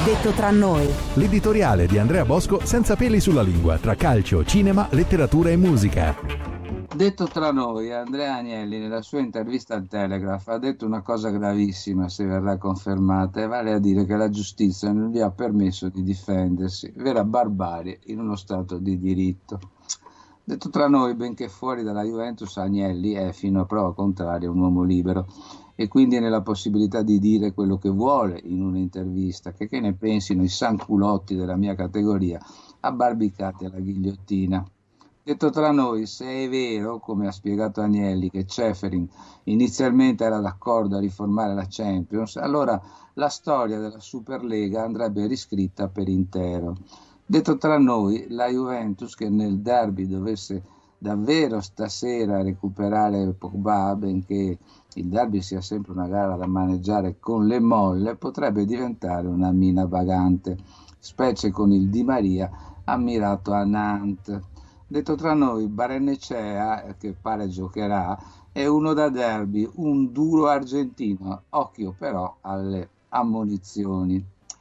Detto tra noi. L'editoriale di Andrea Bosco senza peli sulla lingua, tra calcio, cinema, letteratura e musica. Detto tra noi, Andrea Agnelli nella sua intervista al Telegraph ha detto una cosa gravissima, se verrà confermata, e vale a dire che la giustizia non gli ha permesso di difendersi, vera barbarie in uno stato di diritto. Detto tra noi, benché fuori dalla Juventus, Agnelli è, fino a prova contraria, un uomo libero e quindi nella possibilità di dire quello che vuole in un'intervista, che ne pensino i sanculotti della mia categoria, abbarbicati alla ghigliottina. Detto tra noi, se è vero, come ha spiegato Agnelli, che Ceferin inizialmente era d'accordo a riformare la Champions, allora la storia della Superlega andrebbe riscritta per intero. Detto tra noi, la Juventus, che nel derby dovesse davvero stasera recuperare Pogba, benché il derby sia sempre una gara da maneggiare con le molle, potrebbe diventare una mina vagante, specie con il Di Maria ammirato a Nantes. Detto tra noi, Barrenechea, che pare giocherà, è uno da derby, un duro argentino, occhio però alle ammonizioni.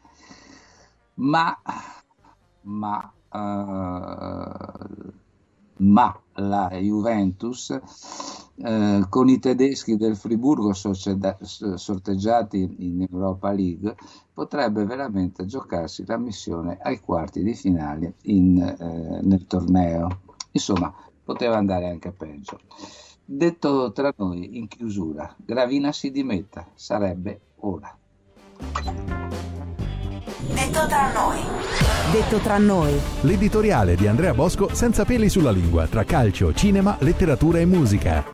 Ma la Juventus con i tedeschi del Friburgo sorteggiati in Europa League potrebbe veramente giocarsi la missione ai quarti di finale nel torneo. Insomma, poteva andare anche peggio. Detto tra noi, in chiusura, Gravina si dimetta, sarebbe ora. Detto tra noi. Detto tra noi. L'editoriale di Andrea Bosco senza peli sulla lingua, tra calcio, cinema, letteratura e musica.